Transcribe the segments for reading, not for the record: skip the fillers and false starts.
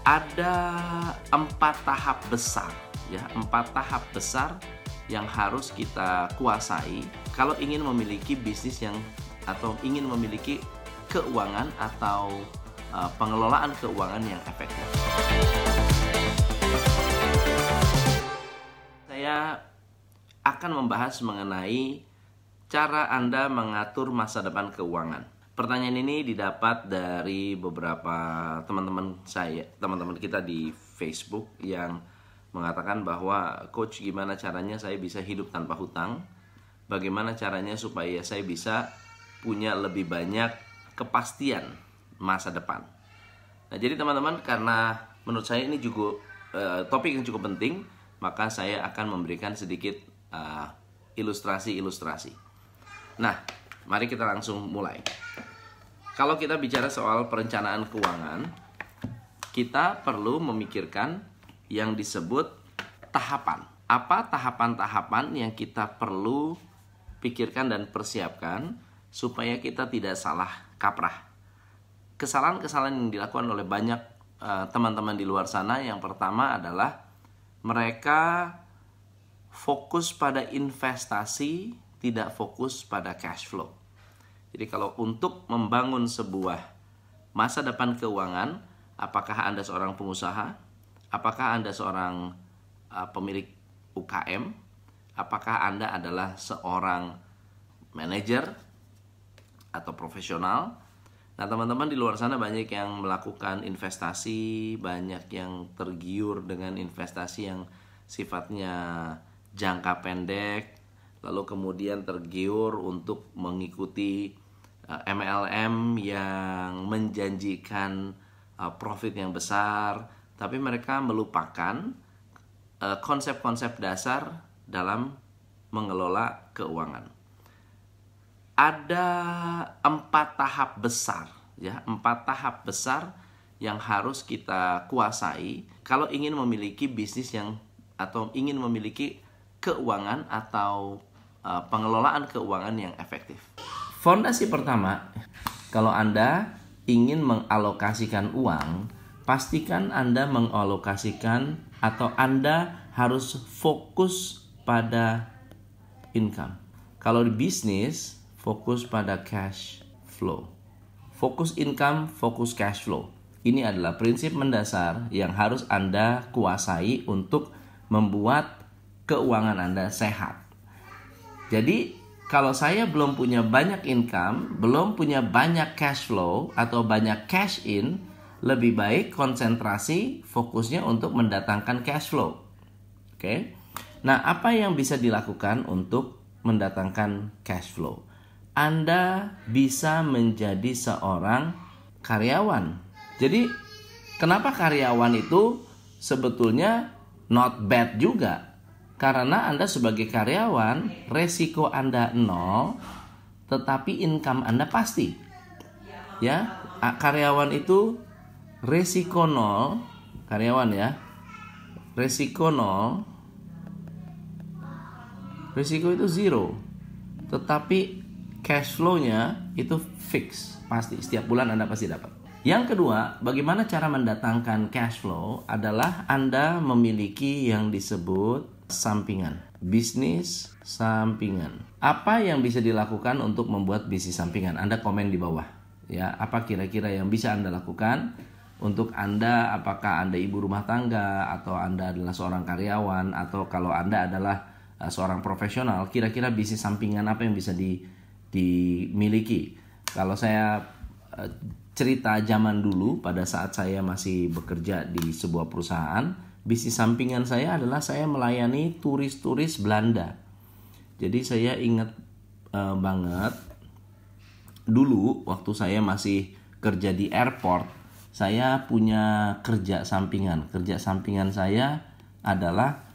Ada 4 tahap besar, ya, 4 tahap besar yang harus kita kuasai kalau ingin memiliki bisnis atau ingin memiliki keuangan atau pengelolaan keuangan yang efektif. Saya akan membahas mengenai cara Anda mengatur masa depan keuangan. Pertanyaan ini didapat dari beberapa teman-teman kita di Facebook yang mengatakan bahwa, "Coach, gimana caranya saya bisa hidup tanpa hutang? Bagaimana caranya supaya saya bisa punya lebih banyak kepastian masa depan?" Nah, jadi teman-teman, karena menurut saya ini juga topik yang cukup penting, maka saya akan memberikan sedikit ilustrasi. Nah, mari kita langsung mulai. Kalau kita bicara soal perencanaan keuangan, kita perlu memikirkan yang disebut tahapan. Apa tahapan-tahapan yang kita perlu pikirkan dan persiapkan supaya kita tidak salah kaprah. Kesalahan-kesalahan yang dilakukan oleh banyak teman-teman di luar sana, yang pertama adalah mereka fokus pada investasi, tidak fokus pada cash flow. Jadi kalau untuk membangun sebuah masa depan keuangan, apakah Anda seorang pengusaha, apakah Anda seorang pemilik UKM, apakah Anda adalah seorang manajer atau profesional. Nah, teman-teman di luar sana banyak yang melakukan investasi, banyak yang tergiur dengan investasi yang sifatnya jangka pendek, lalu kemudian tergiur untuk mengikuti MLM yang menjanjikan profit yang besar, tapi mereka melupakan konsep-konsep dasar dalam mengelola keuangan. Ada 4 tahap besar, ya, 4 tahap besar yang harus kita kuasai kalau ingin memiliki bisnis atau ingin memiliki keuangan atau pengelolaan keuangan yang efektif. Fondasi pertama, kalau Anda ingin mengalokasikan uang, pastikan Anda mengalokasikan atau Anda harus fokus pada income. Kalau di bisnis, fokus pada cash flow. Fokus income, fokus cash flow. Ini adalah prinsip mendasar yang harus Anda kuasai untuk membuat keuangan Anda sehat. Jadi, kalau saya belum punya banyak income, belum punya banyak cash flow atau banyak cash in, lebih baik konsentrasi fokusnya untuk mendatangkan cash flow. Oke. Nah, apa yang bisa dilakukan untuk mendatangkan cash flow? Anda bisa menjadi seorang karyawan. Jadi, kenapa karyawan itu sebetulnya not bad juga? Karena Anda sebagai karyawan, resiko Anda 0, tetapi income Anda pasti. Ya, karyawan itu resiko 0, karyawan ya. Resiko 0. Resiko itu 0. Tetapi cash flow-nya itu fix, pasti setiap bulan Anda pasti dapat. Yang kedua, bagaimana cara mendatangkan cash flow adalah Anda memiliki yang disebut sampingan, bisnis sampingan. Apa yang bisa dilakukan untuk membuat bisnis sampingan? Anda komen di bawah. Ya, apa kira-kira yang bisa Anda lakukan untuk Anda? Apakah Anda ibu rumah tangga, atau Anda adalah seorang karyawan, atau kalau Anda adalah seorang profesional, kira-kira bisnis sampingan apa yang bisa dimiliki? Kalau saya cerita zaman dulu, pada saat saya masih bekerja di sebuah perusahaan, bisnis sampingan saya adalah saya melayani turis-turis Belanda. Jadi saya ingat banget dulu waktu saya masih kerja di airport, saya punya kerja sampingan. Kerja sampingan saya adalah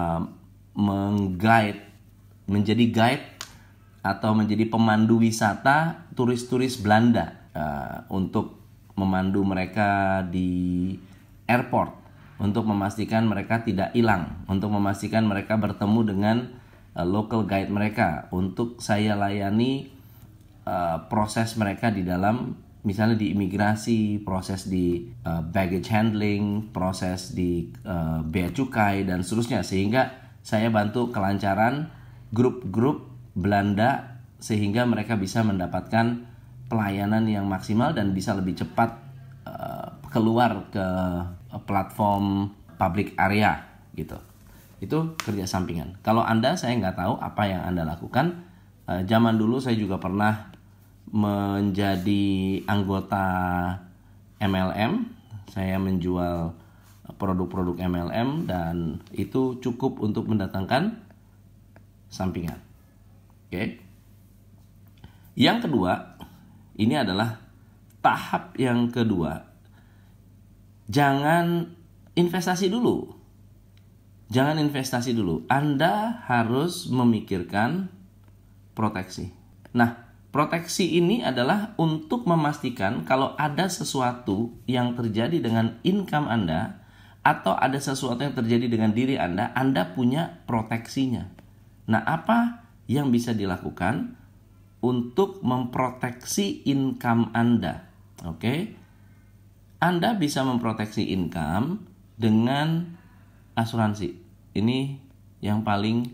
menjadi guide atau menjadi pemandu wisata turis-turis Belanda, untuk memandu mereka di airport, untuk memastikan mereka tidak hilang, untuk memastikan mereka bertemu dengan local guide mereka, untuk saya layani proses mereka di dalam misalnya di imigrasi, proses di baggage handling, proses di bea cukai dan seterusnya, sehingga saya bantu kelancaran grup-grup Belanda sehingga mereka bisa mendapatkan pelayanan yang maksimal dan bisa lebih cepat keluar ke platform public area gitu. Itu kerja sampingan. Kalau Anda, saya nggak tahu apa yang Anda lakukan. Zaman dulu saya juga pernah menjadi anggota MLM. Saya menjual produk-produk MLM dan itu cukup untuk mendatangkan sampingan. Oke. Yang kedua, ini adalah tahap yang kedua. Jangan investasi dulu. Jangan investasi dulu. Anda harus memikirkan proteksi. Nah, proteksi ini adalah untuk memastikan kalau ada sesuatu yang terjadi dengan income Anda atau ada sesuatu yang terjadi dengan diri Anda punya proteksinya. Nah, apa yang bisa dilakukan untuk memproteksi income Anda? Oke. Anda bisa memproteksi income dengan asuransi. Ini yang paling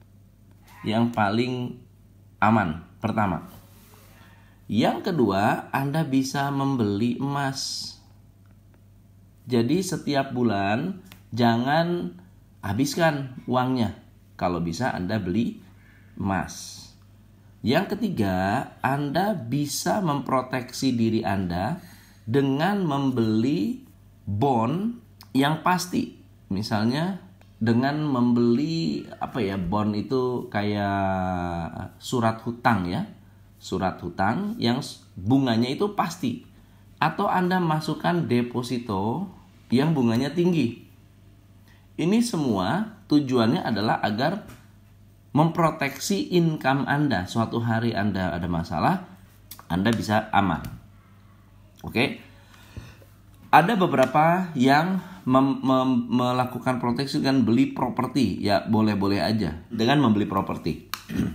aman pertama. Yang kedua, Anda bisa membeli emas. Jadi setiap bulan jangan habiskan uangnya. Kalau bisa Anda beli emas. Yang ketiga, Anda bisa memproteksi diri Anda dengan membeli bond yang pasti. Misalnya dengan membeli bond itu kayak surat hutang ya. Surat hutang yang bunganya itu pasti. Atau Anda masukkan deposito yang bunganya tinggi. Ini semua tujuannya adalah agar memproteksi income Anda. Suatu hari Anda ada masalah, Anda bisa aman. Oke. Ada beberapa yang melakukan proteksi dengan beli properti. Ya boleh-boleh aja dengan membeli properti.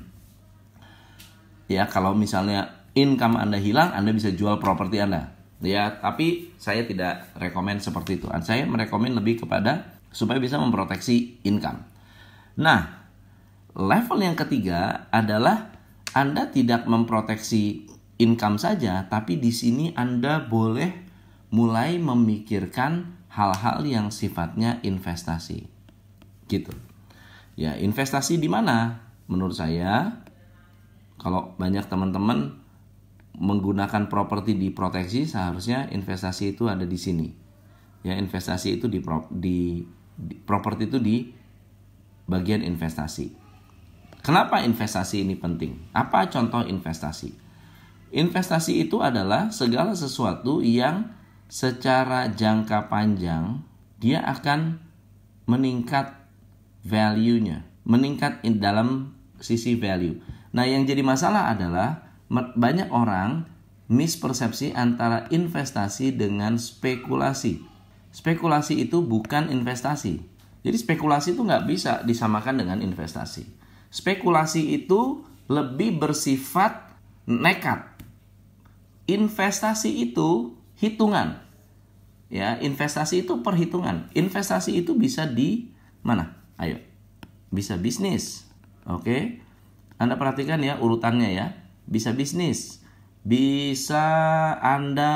Ya, kalau misalnya income Anda hilang, Anda bisa jual properti Anda. Ya, tapi saya tidak rekomen seperti itu. Saya merekomen lebih kepada supaya bisa memproteksi income. Nah, level yang ketiga adalah Anda tidak memproteksi income saja, tapi di sini Anda boleh mulai memikirkan hal-hal yang sifatnya investasi. Gitu. Ya, investasi di mana? Menurut saya, kalau banyak teman-teman menggunakan properti diproteksi, seharusnya investasi itu ada di sini. Ya, investasi itu di properti itu di bagian investasi. Kenapa investasi ini penting? Apa contoh investasi? Investasi itu adalah segala sesuatu yang secara jangka panjang dia akan meningkat value-nya, meningkat dalam sisi value. Nah, yang jadi masalah adalah banyak orang mispersepsi antara investasi dengan spekulasi. Spekulasi itu bukan investasi. Jadi spekulasi itu nggak bisa disamakan dengan investasi. Spekulasi itu lebih bersifat nekat. Investasi itu hitungan. Ya, investasi itu perhitungan. Investasi itu bisa di mana? Ayo. Bisa bisnis. Oke. Anda perhatikan ya urutannya ya. Bisa bisnis. Bisa Anda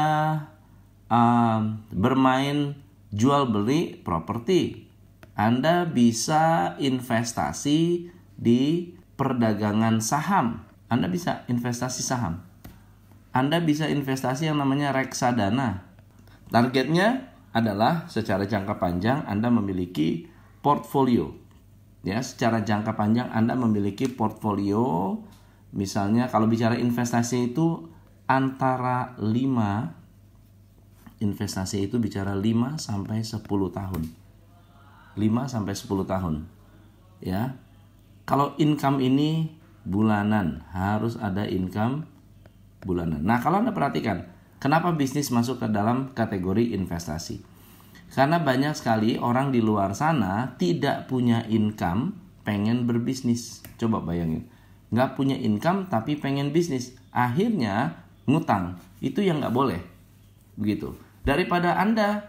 bermain jual beli properti. Anda bisa investasi di perdagangan saham. Anda bisa investasi saham. Anda bisa investasi yang namanya reksadana. Targetnya adalah secara jangka panjang Anda memiliki portfolio. Ya, secara jangka panjang Anda memiliki portfolio. Misalnya kalau bicara investasi itu antara 5 investasi itu bicara 5 sampai 10 tahun. 5 sampai 10 tahun. Ya. Kalau income ini bulanan, harus ada income bulanan. Nah, kalau Anda perhatikan, kenapa bisnis masuk ke dalam kategori investasi? Karena banyak sekali orang di luar sana tidak punya income, pengen berbisnis. Coba bayangin, nggak punya income tapi pengen bisnis. Akhirnya ngutang. Itu yang nggak boleh. Begitu. Daripada Anda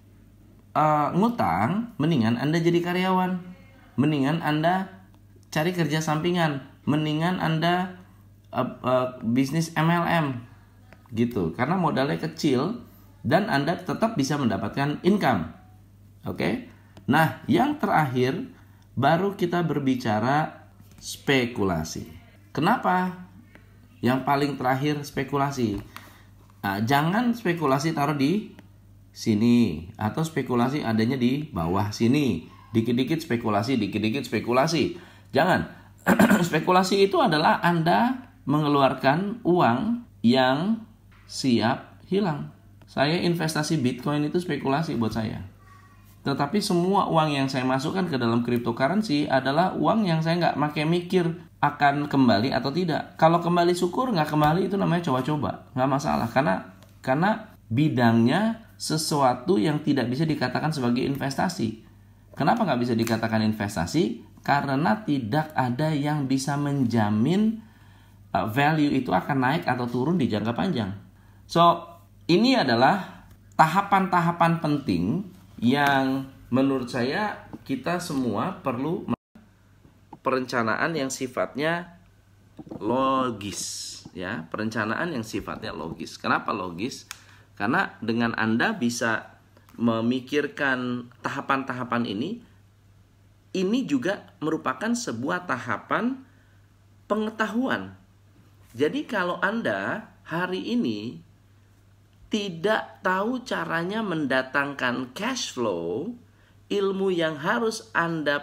ngutang, mendingan Anda jadi karyawan. Mendingan Anda cari kerja sampingan. Mendingan Anda bisnis MLM. Gitu. Karena modalnya kecil dan Anda tetap bisa mendapatkan income. Oke? Nah, yang terakhir baru kita berbicara spekulasi. Kenapa? Yang paling terakhir spekulasi. Nah, jangan spekulasi taruh di sini atau spekulasi adanya di bawah sini. Dikit-dikit spekulasi, dikit-dikit spekulasi. Jangan. Spekulasi itu adalah Anda mengeluarkan uang yang siap hilang. Saya investasi Bitcoin itu spekulasi buat saya. Tetapi semua uang yang saya masukkan ke dalam cryptocurrency adalah uang yang saya nggak pakai mikir akan kembali atau tidak. Kalau kembali syukur, nggak kembali itu namanya coba-coba, nggak masalah. Karena bidangnya sesuatu yang tidak bisa dikatakan sebagai investasi. Kenapa nggak bisa dikatakan investasi? Karena tidak ada yang bisa menjamin value itu akan naik atau turun di jangka panjang. So, ini adalah tahapan-tahapan penting yang menurut saya kita semua perlu perencanaan yang sifatnya logis, ya, perencanaan yang sifatnya logis. Kenapa logis? Karena dengan Anda bisa memikirkan tahapan-tahapan ini juga merupakan sebuah tahapan pengetahuan. Jadi kalau Anda hari ini tidak tahu caranya mendatangkan cash flow, ilmu yang harus Anda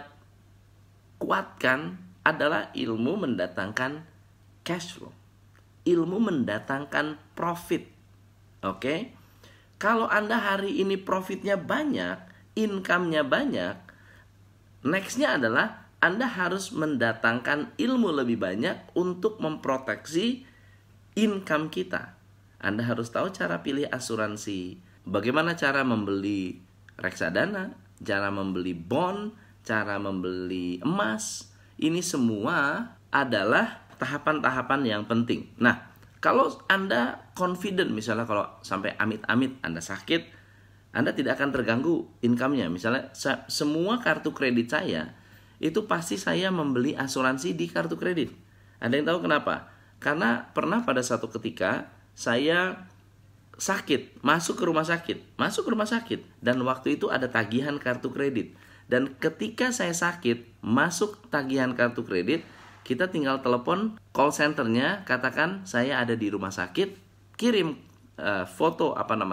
kuatkan adalah ilmu mendatangkan cash flow. Ilmu mendatangkan profit. Oke? Kalau Anda hari ini profitnya banyak, income-nya banyak, next-nya adalah Anda harus mendatangkan ilmu lebih banyak untuk memproteksi income kita. Anda harus tahu cara pilih asuransi, bagaimana cara membeli reksadana, cara membeli bond, cara membeli emas. Ini semua adalah tahapan-tahapan yang penting. Nah, kalau Anda confident, misalnya kalau sampai amit-amit Anda sakit, Anda tidak akan terganggu income-nya. Misalnya semua kartu kredit saya, itu pasti saya membeli asuransi di kartu kredit. Ada yang tahu kenapa? Karena pernah pada satu ketika saya sakit, masuk ke rumah sakit, dan waktu itu ada tagihan kartu kredit. Dan ketika saya sakit, masuk tagihan kartu kredit, kita tinggal telepon call centernya, katakan saya ada di rumah sakit, kirim foto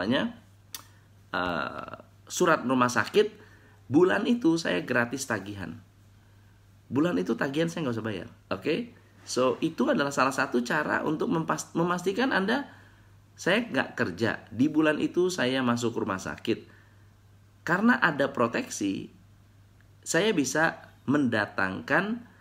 surat rumah sakit, bulan itu saya gratis tagihan. Bulan itu tagihan saya nggak usah bayar, oke? So itu adalah salah satu cara untuk memastikan Anda, saya nggak kerja, di bulan itu saya masuk rumah sakit. Karena ada proteksi, saya bisa mendatangkan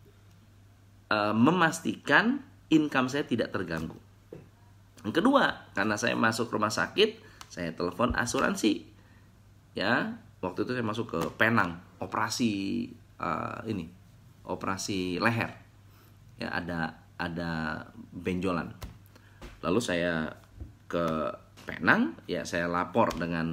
memastikan income saya tidak terganggu. Yang kedua, karena saya masuk rumah sakit, saya telepon asuransi. Ya, waktu itu saya masuk ke Penang, operasi operasi leher. Ya, ada benjolan. Lalu saya ke Penang, ya saya lapor dengan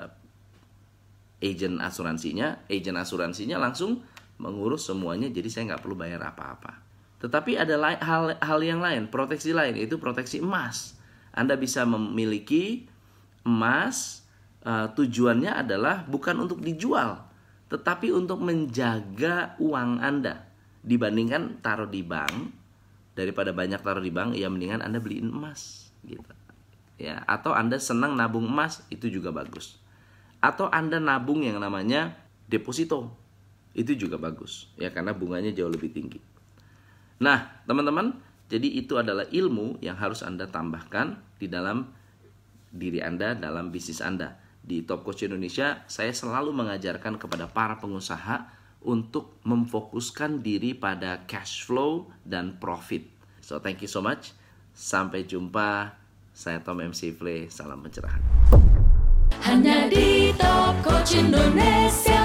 agen asuransinya langsung mengurus semuanya, jadi saya nggak perlu bayar apa-apa. Tetapi ada hal yang lain, proteksi lain, yaitu proteksi emas. Anda bisa memiliki emas, tujuannya adalah bukan untuk dijual, tetapi untuk menjaga uang Anda. Dibandingkan taruh di bank, daripada banyak taruh di bank, ya mendingan Anda beliin emas, gitu. Ya, atau Anda senang nabung emas, itu juga bagus. Atau Anda nabung yang namanya deposito, itu juga bagus, ya, karena bunganya jauh lebih tinggi. Nah, teman-teman, jadi itu adalah ilmu yang harus Anda tambahkan di dalam diri Anda, dalam bisnis Anda. Di Top Coach Indonesia, saya selalu mengajarkan kepada para pengusaha untuk memfokuskan diri pada cash flow dan profit. So, thank you so much. Sampai jumpa. Saya Tom MC Flay. Salam pencerahan. Hanya di Top Coach Indonesia.